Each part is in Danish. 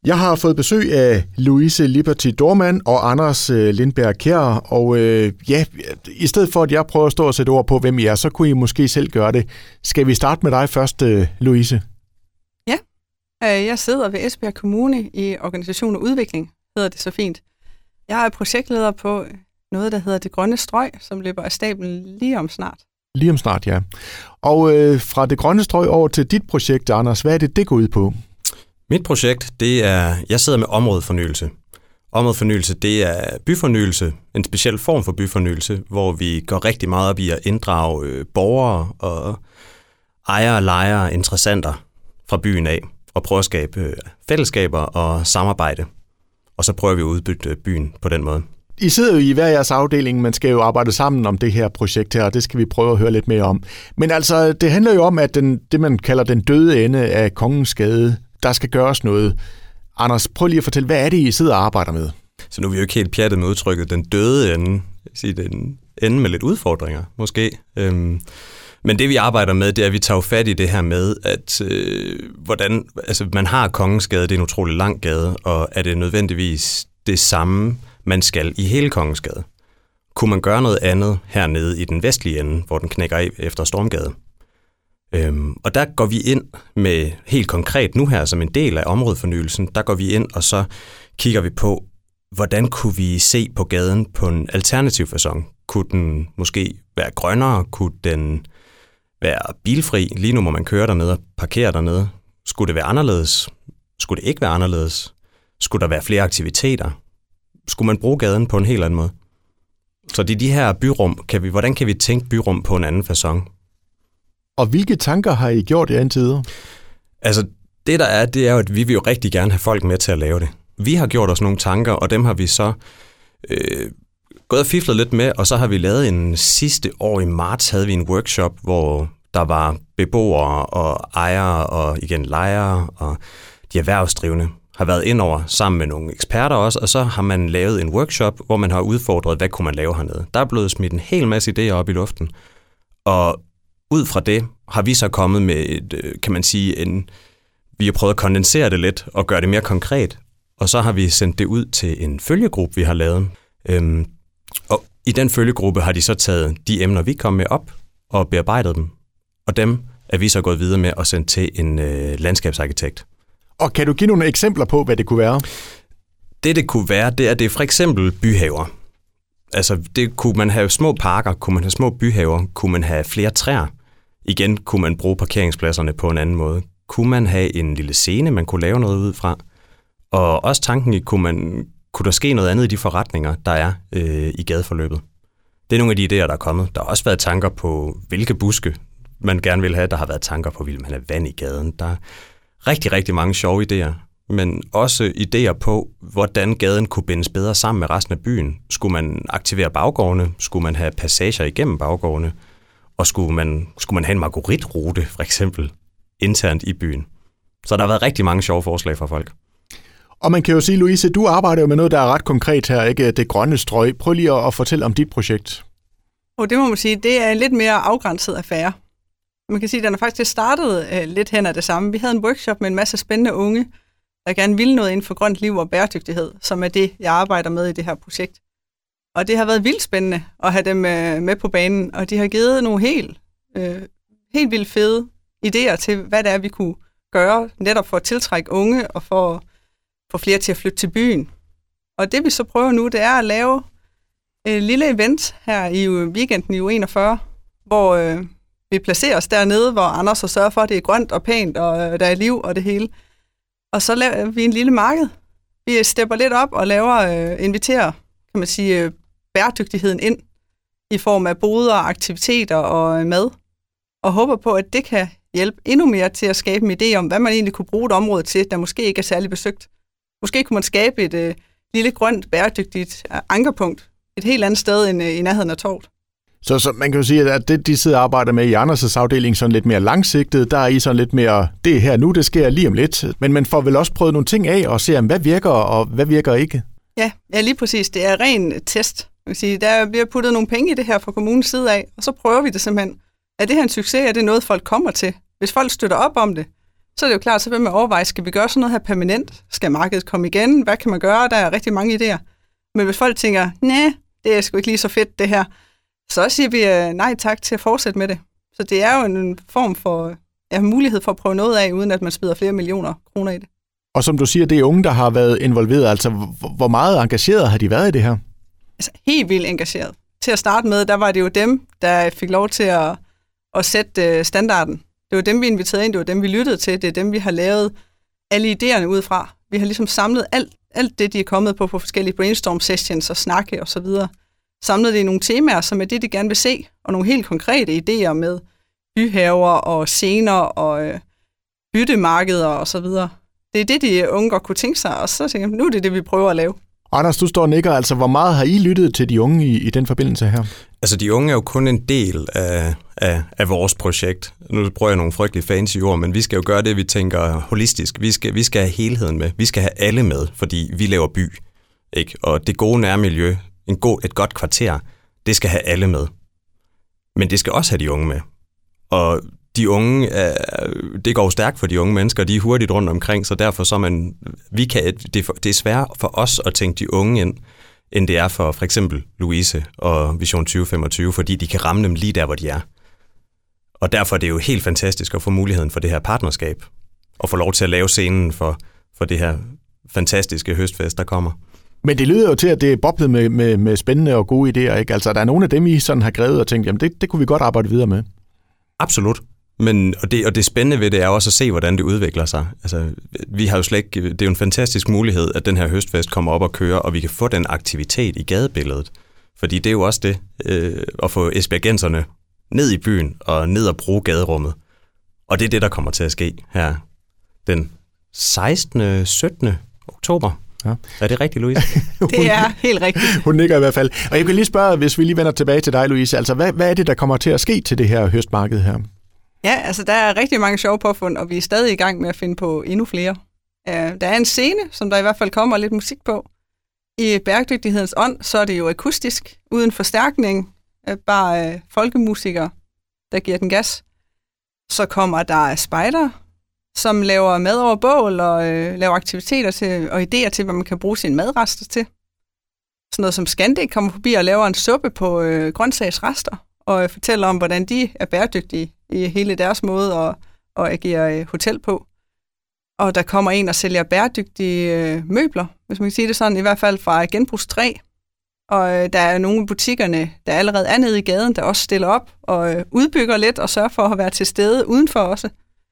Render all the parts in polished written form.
Jeg har fået besøg af Louise Liberty Dorman og Anders Lindberg Kjær, og i stedet for at jeg prøver at stå og sætte ord på, hvem I er, så kunne I måske selv gøre det. Skal vi starte med dig først, Louise? Ja, jeg sidder ved Esbjerg Kommune i Organisation og Udvikling, hedder det så fint. Jeg er projektleder på noget, der hedder Det Grønne Strøg, som løber af stablen lige om snart. Lige om snart, ja. Og fra Det Grønne Strøg over til dit projekt, Anders, hvad er det går ud på? Mit projekt, jeg sidder med områdefornyelse. Områdefornyelse, det er byfornyelse, en speciel form for byfornyelse, hvor vi går rigtig meget op i at inddrage borgere og ejere, lejere, interessenter fra byen af, og prøve at skabe fællesskaber og samarbejde. Og så prøver vi at udbytte byen på den måde. I sidder jo i hver jeres afdeling, man skal jo arbejde sammen om det her projekt her, og det skal vi prøve at høre lidt mere om. Men altså, det handler jo om, at det man kalder den døde ende af Kongens Gade, der skal gøres noget. Anders, prøv lige at fortælle, hvad er det, I sidder og arbejder med? Så nu er vi jo ikke helt pjattet med udtrykket den døde ende. Den ende med lidt udfordringer, måske. Men det, vi arbejder med, det er, at vi tager fat i det her med, at man har Kongens Gade, det er en utrolig lang gade, og er det nødvendigvis det samme, man skal i hele Kongens Gade? Kunne man gøre noget andet hernede i den vestlige ende, hvor den knækker af efter Stormgade? Og der går vi ind med helt konkret nu her som en del af områdefornyelsen, der går vi ind, og så kigger vi på, hvordan kunne vi se på gaden på en alternativ facon? Kunne den måske være grønnere? Kunne den være bilfri? Lige nu må man køre dernede og parkere dernede. Skulle det være anderledes? Skulle det ikke være anderledes? Skulle der være flere aktiviteter? Skulle man bruge gaden på en helt anden måde? Så det er de her byrum. Hvordan kan vi tænke byrum på en anden facon? Og hvilke tanker har I gjort jer indtil videre? Altså, det er jo, at vi vil jo rigtig gerne have folk med til at lave det. Vi har gjort os nogle tanker, og dem har vi så gået og fiflet lidt med, og så har vi lavet en sidste år i marts, havde vi en workshop, hvor der var beboere og ejere og igen lejere og de erhvervsdrivende har været ind over sammen med nogle eksperter også, og så har man lavet en workshop, hvor man har udfordret, hvad kunne man lave hernede. Der er blevet smidt en hel masse idéer op i luften, og ud fra det har vi så kommet med vi har prøvet at kondensere det lidt og gøre det mere konkret, og så har vi sendt det ud til en følgegruppe, vi har lavet. Og i den følgegruppe har de så taget de emner, vi kom med op og bearbejdet dem, og dem er vi så gået videre med og sendt til en landskabsarkitekt. Og kan du give nogle eksempler på, hvad det kunne være? Det kunne være, det er for eksempel byhaver. Altså, det kunne man have små parker, kunne man have små byhaver, kunne man have flere træer. Igen kunne man bruge parkeringspladserne på en anden måde. Kunne man have en lille scene, man kunne lave noget ud fra. Og også tanken i, kunne der ske noget andet i de forretninger, der er i gadeforløbet. Det er nogle af de idéer, der er kommet. Der har også været tanker på, hvilke buske man gerne vil have. Der har været tanker på, vil man have vand i gaden. Der er rigtig, rigtig mange sjove idéer. Men også idéer på, hvordan gaden kunne bindes bedre sammen med resten af byen. Skulle man aktivere baggårdene? Skulle man have passager igennem baggårdene? Og skulle man have en margoritrute, for eksempel, internt i byen? Så der har været rigtig mange sjove forslag fra folk. Og man kan jo sige, Louise, du arbejder jo med noget, der er ret konkret her, ikke? Det Grønne Strøg. Prøv lige at fortælle om dit projekt. Og det må man sige, det er en lidt mere afgrænset affære. Man kan sige, at den er faktisk startet lidt hen af det samme. Vi havde en workshop med en masse spændende unge, der gerne ville noget inden for grønt liv og bæredygtighed, som er det, jeg arbejder med i det her projekt. Og det har været vildt spændende at have dem med på banen, og de har givet nogle helt vildt fede idéer til, hvad det er, vi kunne gøre, netop for at tiltrække unge og for at få flere til at flytte til byen. Og det vi så prøver nu, det er at lave et lille event her i weekenden i uge 41, hvor vi placerer os dernede, hvor Anders har sørget for, at det er grønt og pænt, og der er liv og det hele. Og så laver vi en lille marked. Vi stepper lidt op og inviterer, kan man sige, bæredygtigheden ind i form af boder, aktiviteter og mad. Og håber på, at det kan hjælpe endnu mere til at skabe en idé om, hvad man egentlig kunne bruge et område til, der måske ikke er særlig besøgt. Måske kunne man skabe et lille grønt, bæredygtigt ankerpunkt et helt andet sted end i nærheden af torvet. Så man kan jo sige, at det, de sidder og arbejder med i Anders' afdeling, sådan lidt mere langsigtet, der er I sådan lidt mere, det her nu, det sker lige om lidt. Men man får vel også prøvet nogle ting af og se, hvad virker og hvad virker ikke? Ja, lige præcis. Det er ren test. Man kan sige, der bliver puttet nogle penge i det her fra kommunens side af, og så prøver vi det simpelthen. Er det her en succes? Er det noget, folk kommer til? Hvis folk støtter op om det, så er det jo klart, så vil man overveje, skal vi gøre sådan noget her permanent? Skal markedet komme igen? Hvad kan man gøre? Der er rigtig mange idéer. Men hvis folk tænker, nej, det er sgu ikke lige så fedt det her, så siger vi nej tak til at fortsætte med det. Så det er jo en form for mulighed for at prøve noget af, uden at man smider flere millioner kroner i det. Og som du siger, det er unge, der har været involveret. Altså, hvor meget engageret har de været i det her? Altså, helt vildt engageret. Til at starte med, der var det jo dem, der fik lov til at sætte standarden. Det var dem, vi inviterede ind, det var dem, vi lyttede til, det er dem, vi har lavet alle idéerne ud fra. Vi har ligesom samlet alt det, de er kommet på forskellige brainstorm sessions og snakke og så videre. Samlet det i nogle temaer, som er det, de gerne vil se, og nogle helt konkrete idéer med byhaver og scener og byttemarkeder og så videre. Det er det, de unge godt kunne tænke sig, og så tænker jeg, nu er det det, vi prøver at lave. Anders, du står og nikker. Altså, hvor meget har I lyttet til de unge i den forbindelse her? Altså, de unge er jo kun en del af vores projekt. Nu bruger jeg nogle frygtelige fancy ord, men vi skal jo gøre det, vi tænker holistisk. Vi skal have helheden med. Vi skal have alle med, fordi vi laver by. Ikke? Og det gode nærmiljø, et godt kvarter, det skal have alle med. Men det skal også have de unge med. Og de unge, det går stærkt for de unge mennesker, de er hurtigt rundt omkring, så derfor så det er sværere for os at tænke de unge ind, end det er for eksempel Louise og Vision 2025, fordi de kan ramme dem lige der, hvor de er. Og derfor er det jo helt fantastisk at få muligheden for det her partnerskab, og få lov til at lave scenen for det her fantastiske høstfest, der kommer. Men det lyder jo til, at det er boblet med spændende og gode idéer, ikke? Altså, der er nogle af dem, I sådan har grebet og tænkt, jamen det kunne vi godt arbejde videre med. Absolut. Og det spændende ved det er også at se, hvordan det udvikler sig. Altså, vi har jo slet ikke, det er jo en fantastisk mulighed, at den her høstfest kommer op og kører, og vi kan få den aktivitet i gadebilledet. Fordi det er jo også det, at få esbjergenserne ned i byen og ned og bruge gaderummet. Og det er det, der kommer til at ske her den 16. 17. oktober. Ja. Er det rigtigt, Louise? Det er helt rigtigt. Hun nikker i hvert fald. Og jeg kan lige spørge, hvis vi lige vender tilbage til dig, Louise, altså hvad er det, der kommer til at ske til det her høstmarked her? Ja, altså der er rigtig mange sjove påfund, og vi er stadig i gang med at finde på endnu flere. Der er en scene, som der i hvert fald kommer lidt musik på. I bæredygtighedens ånd, så er det jo akustisk, uden forstærkning, bare folkemusikere, der giver den gas. Så kommer der spejdere, som laver mad over bål og laver aktiviteter til, og idéer til, hvad man kan bruge sine madrester til. Sådan noget som Scandic kommer forbi og laver en suppe på grøntsagsrester, og fortæller om, hvordan de er bæredygtige i hele deres måde at agere hotel på. Og der kommer en og sælger bæredygtige møbler, hvis man kan sige det sådan, i hvert fald fra genbrugstræ. Og der er nogle af butikkerne, der allerede er nede i gaden, der også stiller op og udbygger lidt og sørger for at være til stede udenfor også.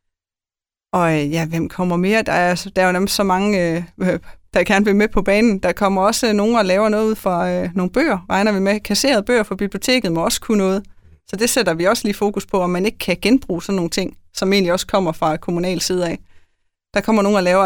Og ja, hvem kommer mere? Der er jo nemlig så mange, der gerne vil med på banen. Der kommer også nogen og laver noget ud fra nogle bøger, regner vi med. Kasserede bøger fra biblioteket må også kunne noget. Så det sætter vi også lige fokus på, om man ikke kan genbruge sådan nogle ting, som egentlig også kommer fra kommunal side af. Der kommer nogen og laver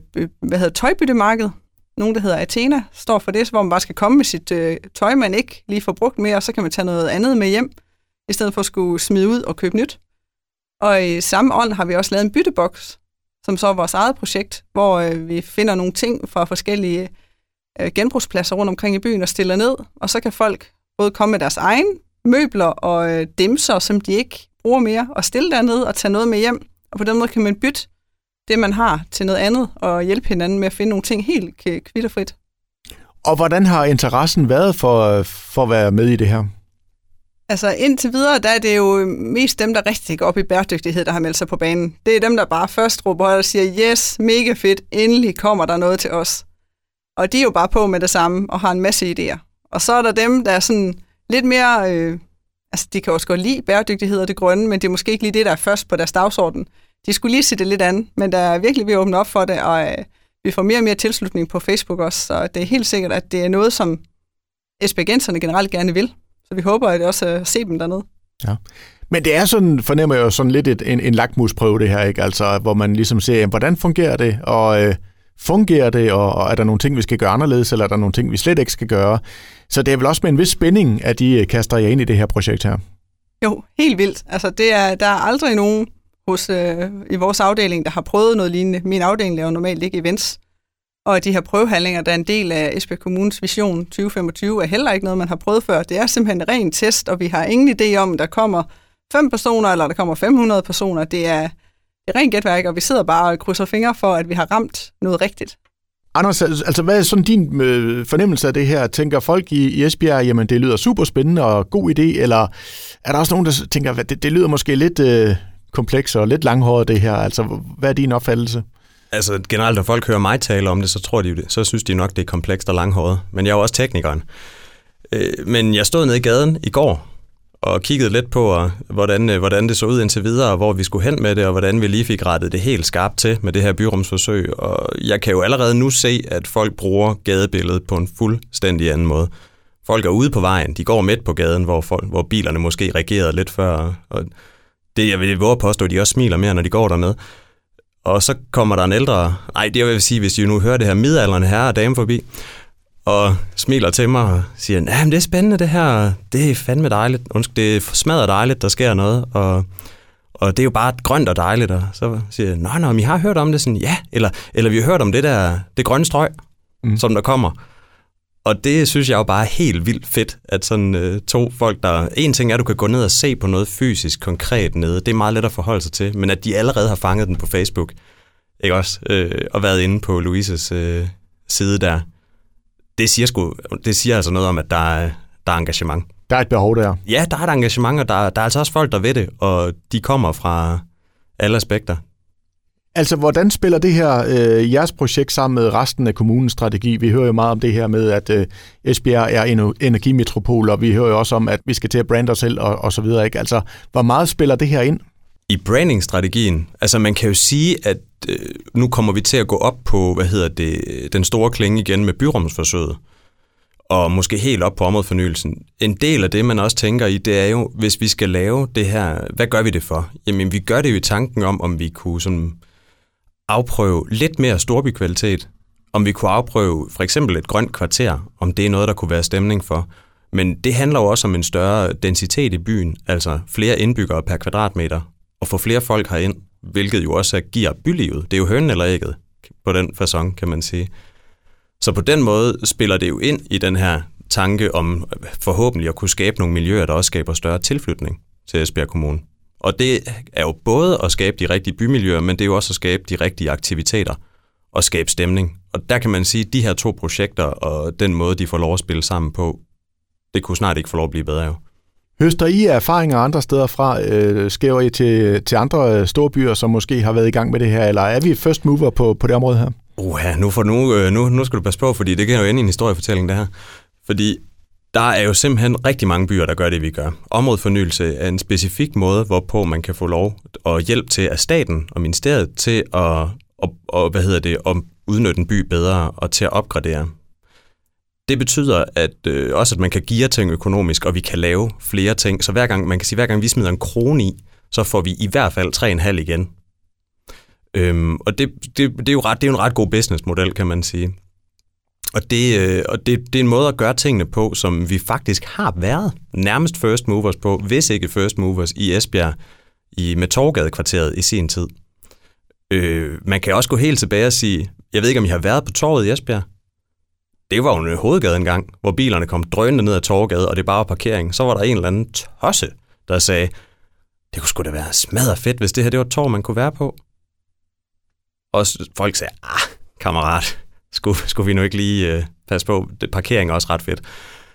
et tøjbyttemarked. Nogen, der hedder Athena, står for det, hvor man bare skal komme med sit tøj, man ikke lige får brugt mere, og så kan man tage noget andet med hjem, i stedet for at skulle smide ud og købe nyt. Og i samme ånd har vi også lavet en bytteboks, som så er vores eget projekt, hvor vi finder nogle ting fra forskellige genbrugspladser rundt omkring i byen og stiller ned, og så kan folk både komme med deres egen møbler og dimser, som de ikke bruger mere, og stille dernede og tage noget med hjem. Og på den måde kan man bytte det, man har, til noget andet, og hjælpe hinanden med at finde nogle ting helt kvitterfrit. Og hvordan har interessen været for at være med i det her? Altså indtil videre, der er det jo mest dem, der rigtig går op i bæredygtighed, der har meldt sig på banen. Det er dem, der bare først råber og siger, yes, mega fedt, endelig kommer der noget til os. Og de er jo bare på med det samme og har en masse idéer. Og så er der dem, der er sådan lidt mere, altså de kan også godt lide bæredygtighed og det grønne, men det er måske ikke lige det, der er først på deres dagsorden. De skulle lige se det lidt an, men der er virkelig ved at åbne op for det, og vi får mere og mere tilslutning på Facebook også, så det er helt sikkert, at det er noget, som esbjergenserne generelt gerne vil. Så vi håber, at det også se dem dernede. Ja. Men det er sådan, fornemmer jeg jo sådan lidt en lakmusprøve det her, ikke? Altså, hvor man ligesom ser, jamen, hvordan fungerer det, og fungerer det, og er der nogle ting, vi skal gøre anderledes, eller er der nogle ting, vi slet ikke skal gøre? Så det er vel også med en vis spænding, at de kaster jer ind i det her projekt her. Jo, helt vildt. Altså, der er aldrig nogen i vores afdeling, der har prøvet noget lignende. Min afdeling laver normalt ikke events. Og de her prøvehandlinger, der er en del af Esbjerg Kommunes Vision 2025, er heller ikke noget, man har prøvet før. Det er simpelthen en ren test, og vi har ingen idé om, der kommer 5 personer, eller der kommer 500 personer. Det er Det er rent gætværk, og vi sidder bare og krydser fingre for, at vi har ramt noget rigtigt. Anders, altså hvad er sådan din fornemmelse af det her? Tænker folk i Esbjerg, jamen det lyder super spændende og god idé, eller er der også nogen, der tænker, at det lyder måske lidt kompleks og lidt langhåret det her? Altså hvad er din opfattelse? Altså generelt, når folk hører mig tale om det, så tror de det. Så synes de nok, det er komplekst og langhåret. Men jeg er jo også teknikeren. Men jeg stod nede i gaden i går og kiggede lidt på, hvordan det så ud indtil videre, og hvor vi skulle hen med det, og hvordan vi lige fik rettet det helt skarpt til med det her byrumsforsøg. Og jeg kan jo allerede nu se, at folk bruger gadebilledet på en fuldstændig anden måde. Folk er ude på vejen, de går midt på gaden, hvor bilerne måske reagerede lidt før. Og det, jeg vil våge påstå, de også smiler mere, når de går dernede. Og så kommer der en ældre, det vil sige, hvis I nu hører det her midaldrende herre og dame forbi, og smiler til mig og siger, men det er spændende det her, det er fandme dejligt, det er smadret dejligt, der sker noget, og det er jo bare grønt og dejligt, og så siger jeg, men I har hørt om det, sådan, ja, eller vi har hørt om det grønne strøg, som der kommer. Og det synes jeg jo bare er helt vildt fedt, at sådan to folk, der... En ting er, at du kan gå ned og se på noget fysisk, konkret nede. Det er meget let at forholde sig til, men at de allerede har fanget den på Facebook, ikke også? Og været inde på Louises side der. Det siger altså noget om, at der er engagement. Der er et behov der. Ja, der er et engagement, og der er altså også folk, der ved det, og de kommer fra alle aspekter. Altså, hvordan spiller det her jeres projekt sammen med resten af kommunens strategi? Vi hører jo meget om det her med, at Esbjerg er en energimetropol, og vi hører jo også om, at vi skal til at brande os selv og så videre, ikke? Altså, hvor meget spiller det her ind? I branding-strategien, altså man kan jo sige, at nu kommer vi til at gå op på, den store klinge igen med byrumsforsøget, og måske helt op på områdefornyelsen. En del af det, man også tænker i, det er jo, hvis vi skal lave det her, hvad gør vi det for? Jamen, vi gør det jo i tanken om vi kunne sådan afprøve lidt mere storbykvalitet, om vi kunne afprøve for eksempel et grønt kvarter, om det er noget, der kunne være stemning for. Men det handler jo også om en større densitet i byen, altså flere indbyggere per kvadratmeter, og få flere folk herind, hvilket jo også giver bylivet. Det er jo hønen eller ægget på den facon, kan man sige. Så på den måde spiller det jo ind i den her tanke om forhåbentlig at kunne skabe nogle miljøer, der også skaber større tilflytning til Esbjerg Kommune. Og det er jo både at skabe de rigtige bymiljøer, men det er jo også at skabe de rigtige aktiviteter og skabe stemning. Og der kan man sige, at de her to projekter og den måde, de får lov at spille sammen på, det kunne snart ikke få lov at blive bedre jo. Høster I erfaringer andre steder fra? Skæver I til andre storbyer, som måske har været i gang med det her, eller er vi first mover på det område her? Nu skal du passe på, fordi det kan jo ende i en historiefortælling, det her. Fordi der er jo simpelthen rigtig mange byer, der gør det, vi gør. Områdefornyelse er en specifik måde, hvorpå man kan få lov og hjælp til af staten og ministeriet til at udnytte en by bedre og til at opgradere. Det betyder også, at man kan geare ting økonomisk, og vi kan lave flere ting. Så hver gang vi smider en krone i, så får vi i hvert fald 3,5 igen. Og det er jo en ret god businessmodel, kan man sige. Og det er en måde at gøre tingene på, som vi faktisk har været nærmest first movers på, hvis ikke first movers i Esbjerg med Torvgadekvarteret i sin tid. Man kan også gå helt tilbage og sige, jeg ved ikke, om I har været på torvet i Esbjerg. Det var jo en hovedgade engang, hvor bilerne kom drønende ned ad Torvgade, og det bare var parkering. Så var der en eller anden tosse, der sagde, det kunne sgu da være smadret fedt, hvis det her det var et torv, man kunne være på. Og folk sagde, kammerat, skulle vi nu ikke lige passe på, parkering er også ret fedt.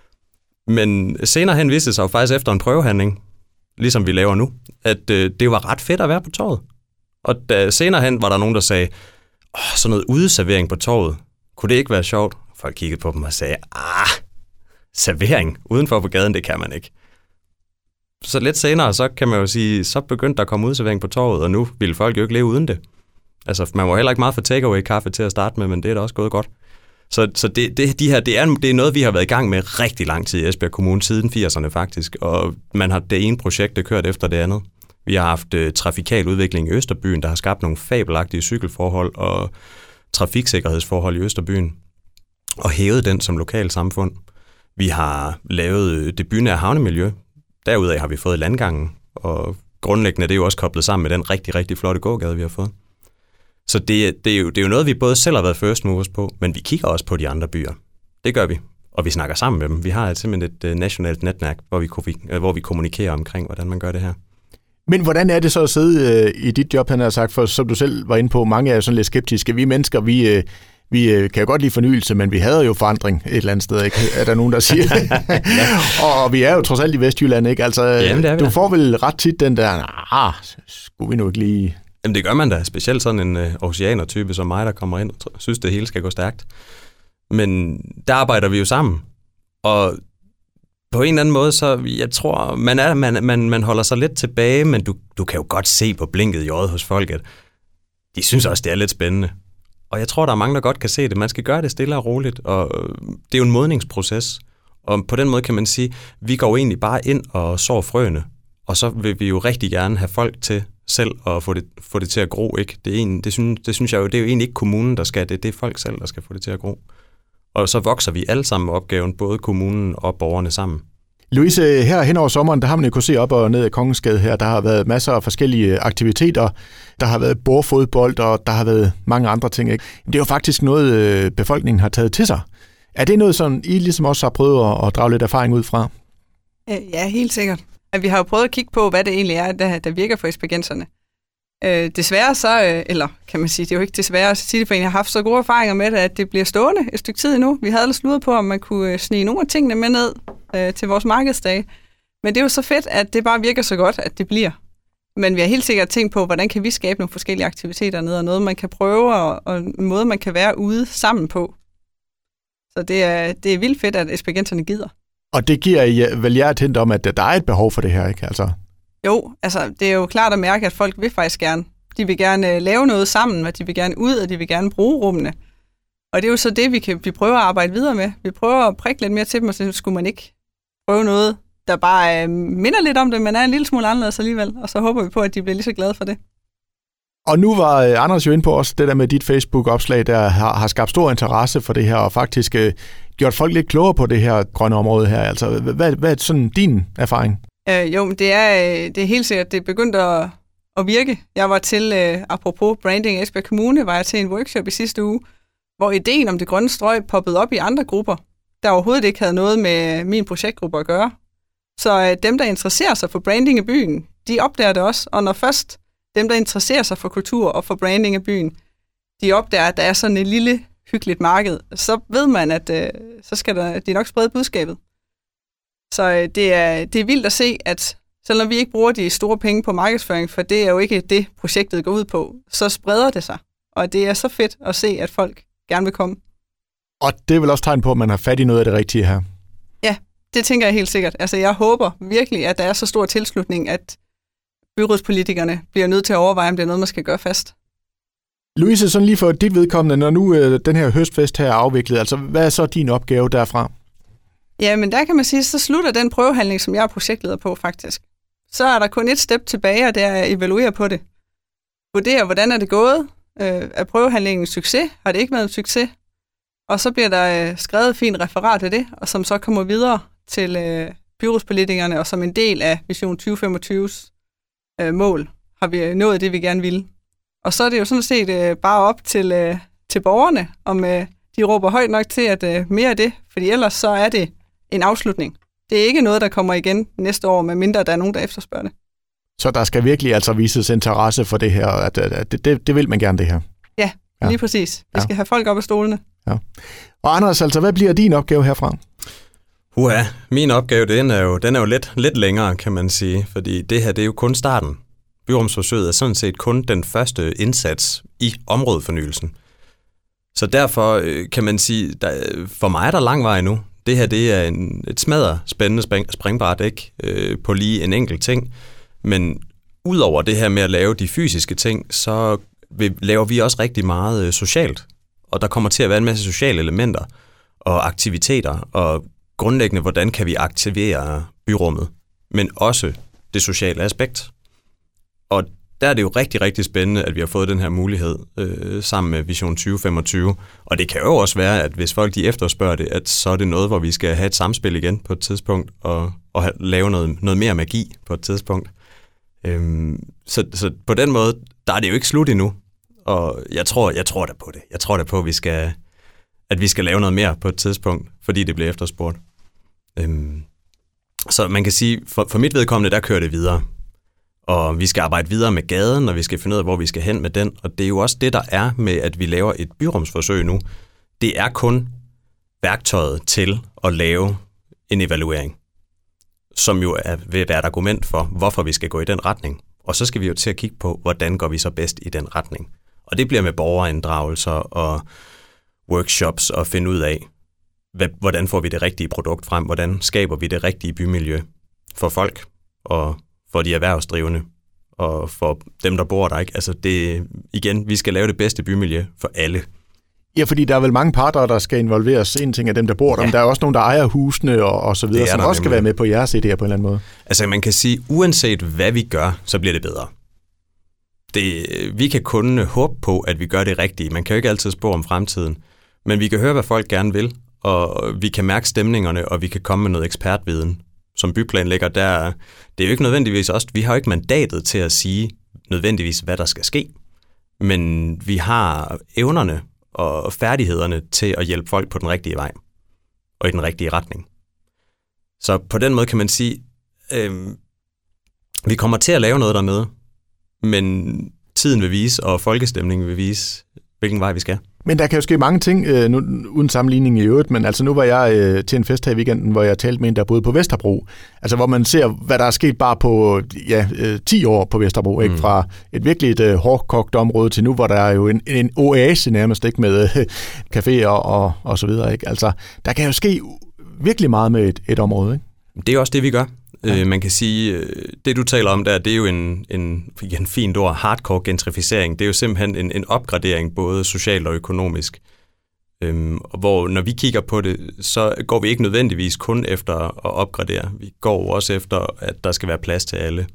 Men senere hen viste det sig jo faktisk efter en prøvehandling, ligesom vi laver nu, at det var ret fedt at være på torvet. Og senere hen var der nogen, der sagde, sådan noget udeservering på torvet, kunne det ikke være sjovt? Folk kiggede på dem og sagde, servering udenfor på gaden, det kan man ikke. Så lidt senere, så kan man jo sige, så begyndte der at komme udservering på torvet, og nu ville folk jo ikke leve uden det. Altså, man var heller ikke meget for takeaway-kaffe til at starte med, men det er da også gået godt. Så det er noget, vi har været i gang med rigtig lang tid i Esbjerg Kommune, siden 80'erne faktisk, og man har det ene projekt, der kørt efter det andet. Vi har haft trafikal udvikling i Østerbyen, der har skabt nogle fabelagtige cykelforhold og trafiksikkerhedsforhold i Østerbyen, og hævet den som lokal samfund. Vi har lavet det bynære havnemiljø. Derudaf har vi fået landgangen, og grundlæggende er det jo også koblet sammen med den rigtig, rigtig flotte gågade, vi har fået. Så det er jo noget, vi både selv har været first movers på, men vi kigger også på de andre byer. Det gør vi, og vi snakker sammen med dem. Vi har simpelthen et nationalt netværk, hvor vi kommunikerer omkring, hvordan man gør det her. Men hvordan er det så at sidde i dit job, han har sagt, for som du selv var inde på, mange er jo sådan lidt skeptiske. Vi mennesker, vi kan jo godt lide fornyelse, men vi hader jo forandring et eller andet sted, ikke? Er der nogen, der siger det? Og vi er jo trods alt i Vestjylland, ikke? Altså, jamen, du får vel ret tit den der, skulle vi nu ikke lige... Jamen det gør man da, specielt sådan en oceaner-type som mig, der kommer ind og synes, det hele skal gå stærkt. Men der arbejder vi jo sammen, og på en eller anden måde, så jeg tror, man holder sig lidt tilbage, men du kan jo godt se på blinket i øjet hos folk, at de synes også, det er lidt spændende. Og jeg tror, der er mange, der godt kan se det. Man skal gøre det stille og roligt, og det er jo en modningsproces. Og på den måde kan man sige, vi går jo egentlig bare ind og sår frøene, og så vil vi jo rigtig gerne have folk til selv at få det til at gro, ikke? Det synes jeg jo, det er jo egentlig ikke kommunen, der skal det er folk selv, der skal få det til at gro. Og så vokser vi alle sammen opgaven, både kommunen og borgerne sammen. Louise, her hen over sommeren, der har man jo kunnet se op og ned af Kongensgade her, der har været masser af forskellige aktiviteter. Der har været bordfodbold, og der har været mange andre ting, ikke? Det er jo faktisk noget, befolkningen har taget til sig. Er det noget, som I ligesom også har prøvet at drage lidt erfaring ud fra? Ja, helt sikkert. Vi har jo prøvet at kigge på, hvad det egentlig er, der virker for espagenserne. Desværre så, eller kan man sige, det er jo ikke desværre, Cityforeningen har haft så gode erfaringer med det, at det bliver stående et stykke tid endnu. Vi havde ellers sludet på, om man kunne snige nogle af tingene med ned til vores markedsdage. Men det er jo så fedt, at det bare virker så godt, at det bliver. Men vi har helt sikkert tænkt på, hvordan kan vi skabe nogle forskellige aktiviteter ned, og noget, man kan prøve, og en måde, man kan være ude sammen på. Så det er vildt fedt, at espagenserne gider. Og det giver vel jer et hint om, at der er et behov for det her, ikke? Altså. Jo, altså det er jo klart at mærke, at folk vil faktisk gerne. De vil gerne lave noget sammen, og de vil gerne ud, og de vil gerne bruge rummene. Og det er jo så det, vi prøver at arbejde videre med. Vi prøver at prikke lidt mere til dem, og så skulle man ikke prøve noget, der bare minder lidt om det, men er en lille smule anderledes alligevel. Og så håber vi på, at de bliver lige så glade for det. Og nu var Anders jo inde på også det der med dit Facebook-opslag, der har skabt stor interesse for det her, og faktisk gjort folk lidt klogere på det her grønne område her. Altså, hvad er sådan din erfaring? Jo, det er helt sikkert, det er begyndt at virke. Jeg var til, apropos branding i Esbjerg Kommune, var jeg til en workshop i sidste uge, hvor ideen om det grønne strøg poppede op i andre grupper, der overhovedet ikke havde noget med min projektgruppe at gøre. Så dem, der interesserer sig for branding af byen, de opdager det også. Og når først dem, der interesserer sig for kultur og for branding af byen, de opdager, at der er sådan et lille, hyggeligt marked, så ved man, at så skal de nok sprede budskabet. Så det er vildt at se, at selvom vi ikke bruger de store penge på markedsføring, for det er jo ikke det, projektet går ud på, så spreder det sig. Og det er så fedt at se, at folk gerne vil komme. Og det er vel også tegn på, at man har fat i noget af det rigtige her? Ja, det tænker jeg helt sikkert. Altså, jeg håber virkelig, at der er så stor tilslutning, at byrådspolitikerne bliver nødt til at overveje, om det er noget, man skal gøre fast. Louise, sådan lige for dit vedkommende, når nu den her høstfest her er afviklet, altså hvad er så din opgave derfra? Ja, men der kan man sige, så slutter den prøvehandling, som jeg er projektleder på faktisk. Så er der kun et step tilbage, og det er at evaluere på det. Vurdere, hvordan er det gået? Er prøvehandlingen en succes? Har det ikke været en succes? Og så bliver der skrevet et fint referat af det, og som så kommer videre til byrådspolitikerne, og som en del af Vision 2025's mål, har vi nået det, vi gerne ville. Og så er det jo sådan set bare op til borgerne, om de råber højt nok til, at mere af det, fordi ellers så er det en afslutning. Det er ikke noget, der kommer igen næste år, medmindre der er nogen, der efterspørger det. Så der skal virkelig altså vises interesse for det her, at det vil man gerne det her? Ja, lige præcis. Vi skal have folk op af stolene. Ja. Og Anders, altså, hvad bliver din opgave herfra? Min opgave, den er jo lidt længere, kan man sige, fordi det her, det er jo kun starten. Byrumsforsøget er sådan set kun den første indsats i områdefornyelsen. Så derfor kan man sige, for mig er der lang vej nu. Det her, det er et smadret spændende springbræt, ikke? På lige en enkelt ting. Men udover det her med at lave de fysiske ting, så laver vi også rigtig meget socialt. Og der kommer til at være en masse sociale elementer og aktiviteter, og grundlæggende, hvordan kan vi aktivere byrummet, men også det sociale aspekt. Og der er det jo rigtig, rigtig spændende, at vi har fået den her mulighed sammen med Vision 2025. Og det kan jo også være, at hvis folk de efterspørger det, at så er det noget, hvor vi skal have et samspil igen på et tidspunkt, og lave noget mere magi på et tidspunkt. Så på den måde, der er det jo ikke slut endnu. Og jeg tror da på det. Jeg tror da på, at vi skal lave noget mere på et tidspunkt, fordi det bliver efterspurgt. Så man kan sige, for mit vedkommende, der kører det videre. Og vi skal arbejde videre med gaden, og vi skal finde ud af, hvor vi skal hen med den. Og det er jo også det, der er med, at vi laver et byrumsforsøg nu. Det er kun værktøjet til at lave en evaluering, som jo vil være et argument for, hvorfor vi skal gå i den retning. Og så skal vi jo til at kigge på, hvordan går vi så bedst i den retning. Og det bliver med borgerinddragelser og workshops og finde ud af, hvordan får vi det rigtige produkt frem, hvordan skaber vi det rigtige bymiljø for folk og for de erhvervsdrivende og for dem, der bor der. Ikke? Altså vi skal lave det bedste bymiljø for alle. Ja, fordi der er vel mange parter, der skal involveres. En ting af dem, der bor der, men der er også nogen, der ejer husene og så videre, som også skal være med på jeres idéer på en eller anden måde. Altså man kan sige, uanset hvad vi gør, så bliver det bedre. Vi kan kun håbe på, at vi gør det rigtige. Man kan jo ikke altid spå om fremtiden, men vi kan høre, hvad folk gerne vil, og vi kan mærke stemningerne, og vi kan komme med noget ekspertviden. Som byplanlægger, det er jo ikke nødvendigvis os. Vi har jo ikke mandatet til at sige nødvendigvis, hvad der skal ske, men vi har evnerne og færdighederne til at hjælpe folk på den rigtige vej og i den rigtige retning. Så på den måde kan man sige, vi kommer til at lave noget dernede, men tiden vil vise, og folkestemningen vil vise, hvilken vej vi skal. Men der kan jo ske mange ting, nu, uden sammenligning i øvrigt, men altså nu var jeg til en fest her i weekenden, hvor jeg talte med en, der boede på Vesterbro. Altså hvor man ser, hvad der er sket bare på 10 år på Vesterbro, ikke? Fra et virkelig et hårdkogt område til nu, hvor der er jo en oase nærmest, ikke? Med caféer og så videre. Ikke? Altså der kan jo ske virkelig meget med et område. Ikke? Det er også det, vi gør. Ja. Man kan sige, det du taler om der, det er jo en fint ord, hardcore gentrificering. Det er jo simpelthen en opgradering, både socialt og økonomisk. Hvor når vi kigger på det, så går vi ikke nødvendigvis kun efter at opgradere. Vi går også efter, at der skal være plads til alle.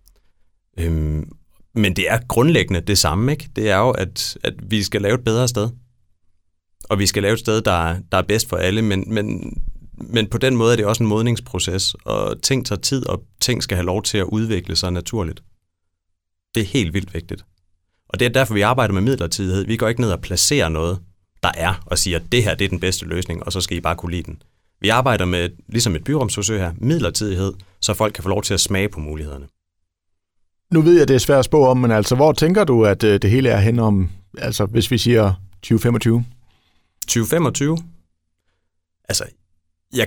Men det er grundlæggende det samme, ikke? Det er jo, at vi skal lave et bedre sted. Og vi skal lave et sted, der er bedst for alle, men på den måde er det også en modningsproces, og ting tager tid, og ting skal have lov til at udvikle sig naturligt. Det er helt vildt vigtigt. Og det er derfor, vi arbejder med midlertidighed. Vi går ikke ned og placerer noget, der er, og siger, at det her det er den bedste løsning, og så skal I bare kunne lide den. Vi arbejder med, ligesom et byrumsforsøg her, midlertidighed, så folk kan få lov til at smage på mulighederne. Nu ved jeg, det er svært at spå om, men altså, hvor tænker du, at det hele er hen om, altså hvis vi siger 2025? 2025? Altså, jeg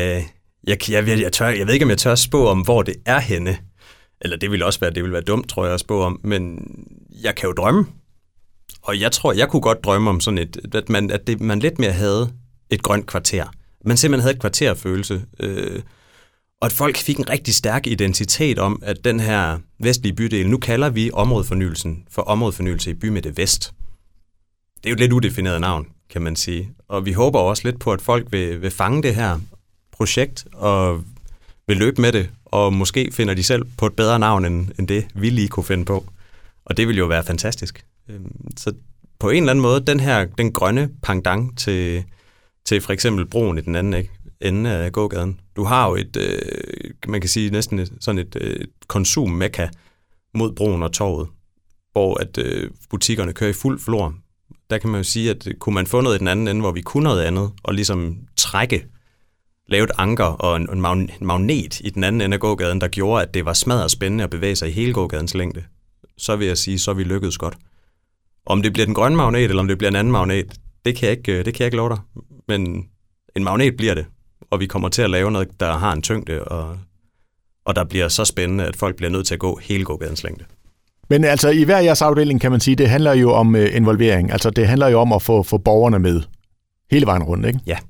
ved ikke, om jeg tør spå om, hvor det er henne. Eller det vil være dumt, tror jeg, at spå om. Men jeg kan jo drømme. Og jeg tror, jeg kunne godt drømme om sådan at man lidt mere havde et grønt kvarter. Man simpelthen havde et kvarterfølelse. Og at folk fik en rigtig stærk identitet om, at den her vestlige bydel, nu kalder vi områdefornyelsen for områdefornyelse i Bymidte Vest. Det er jo et lidt udefineret navn, kan man sige. Og vi håber også lidt på, at folk vil fange det her projekt og vil løbe med det, og måske finder de selv på et bedre navn, end det vi lige kunne finde på. Og det vil jo være fantastisk. Så på en eller anden måde, den grønne pendant til for eksempel broen i den anden ende af gågaden. Du har jo man kan sige næsten sådan et konsummekka mod broen og torvet, hvor at butikkerne kører i fuld flor. Der kan man jo sige, at kunne man få noget i den anden ende, hvor vi kunne noget andet, og ligesom lave et anker og en magnet i den anden ende af gågaden, der gjorde, at det var smadret spændende at bevæge sig i hele gågadens længde, så vil jeg sige, så er vi lykkedes godt. Om det bliver den grønne magnet, eller om det bliver en anden magnet, det kan jeg ikke love dig. Men en magnet bliver det, og vi kommer til at lave noget, der har en tyngde, og der bliver så spændende, at folk bliver nødt til at gå hele gågadens længde. Men altså i hver jeres afdeling, kan man sige, det handler jo om involvering. Altså det handler jo om at få borgerne med hele vejen rundt, ikke? Ja.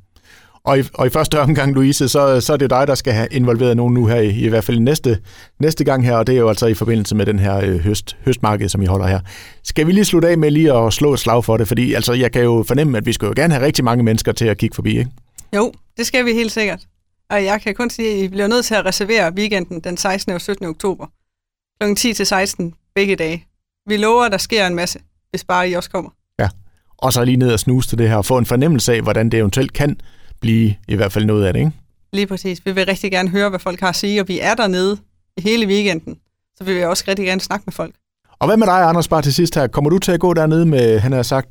Og i første omgang, Louise, så er det dig, der skal have involveret nogen nu her, i hvert fald næste gang her, og det er jo altså i forbindelse med den her høstmarked, som I holder her. Skal vi lige slutte af med lige at slå et slag for det? Fordi altså, jeg kan jo fornemme, at vi skal jo gerne have rigtig mange mennesker til at kigge forbi, ikke? Jo, det skal vi helt sikkert. Og jeg kan kun sige, at I bliver nødt til at reservere weekenden den 16. og 17. oktober. Kl. 10 til 16 begge dage. Vi lover, at der sker en masse, hvis bare I også kommer. Ja, og så lige ned og snuse til det her, og få en fornemmelse af, hvordan det eventuelt kan blive i hvert fald noget af det, ikke? Lige præcis. Vi vil rigtig gerne høre, hvad folk har at sige, og vi er dernede i hele weekenden, så vi vil også rigtig gerne snakke med folk. Og hvad med dig, Anders, bare til sidst her? Kommer du til at gå dernede med, han har sagt,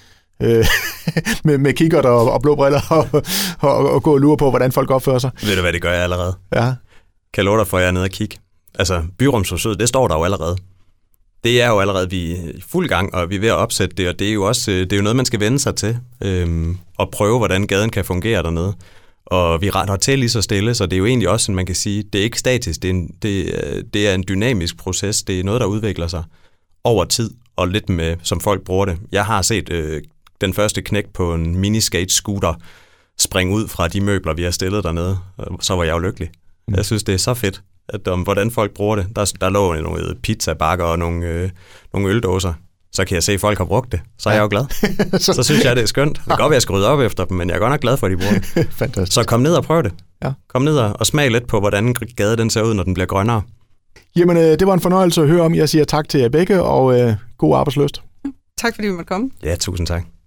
med kikkert og blå briller og gå og lure på, hvordan folk opfører sig? Ved du hvad, det gør jeg allerede. Ja. Kan love dig for, at jeg er nede og kigge. altså byrumsforsøget, det står der jo allerede. Det er jo allerede, vi er i fuld gang, og vi er ved at opsætte det, og det er jo også det er jo noget, man skal vende sig til, og prøve, hvordan gaden kan fungere dernede. Og vi retter til lige så stille, så det er jo egentlig også, man kan sige, det er ikke statisk, det er en dynamisk proces, det er noget, der udvikler sig over tid, og lidt med, som folk bruger det. Jeg har set den første knæk på en miniskate-scooter springe ud fra de møbler, vi har stillet dernede, så var jeg jo lykkelig. Jeg synes, det er så fedt, at om hvordan folk bruger det. Der lå nogle pizzabakker og nogle øldåser. Så kan jeg se, at folk har brugt det. Så er jeg jo glad. Så synes jeg, det er skønt. Det kan godt være, at jeg skal rydde op efter dem, men jeg er godt nok glad for, at de bruger det. Fantastisk. Så kom ned og prøv det. Ja. Kom ned og smag lidt på, hvordan gade den ser ud, når den bliver grønnere. Jamen, det var en fornøjelse at høre om. Jeg siger tak til jer begge, og god arbejdslyst. Tak fordi vi måtte komme. Ja, tusind tak.